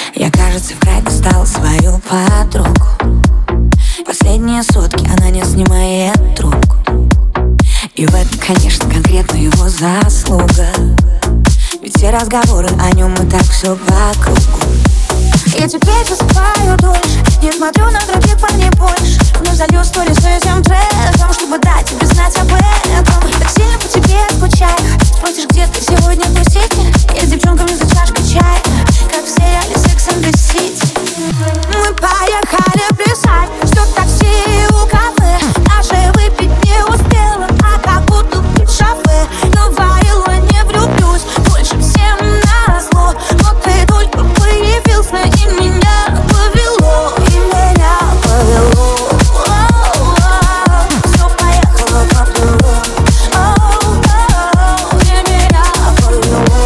Я, кажется, в край достала свою подругу. Последние сутки она не снимает трубку. И в этом, конечно, конкретно его заслуга. Ведь все разговоры о нем и так все по кругу. Я теперь засыпаю дольше, не смотрю на других парней больше. Вновь залью сторис этим треком, чтобы дать тебе знать об этом. Так сильно по тебе скучаю. Спросишь, где ты сегодня тусить? Я с девчонками за чашкой чая, как в сериале Sex and the City. Мы поехали плясать, что такси у кафе. Даже выпить не успела, а как будто в шафе. Говорила, не влюблюсь больше всем назло, но ты только появился и меня повело, и меня повело. Все поехало по плыву, и меня повело.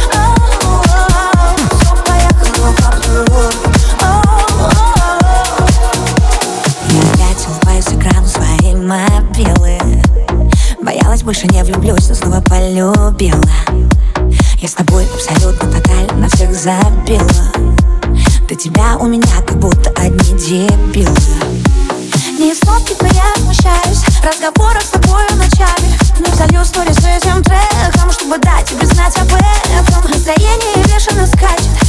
Все поехало по плыву. Я опять улыбаюсь экрану своей мобилы. Боялась, больше не влюблюсь, но снова полюбила. Я с тобой абсолютно тотально на всех забила. До тебя у меня как будто одни дебилы. Не из топика я смущаюсь разговоров с тобой в начале. Вновь залью сторис этим треком, чтобы дать тебе знать об этом. Настроение бешено скачет,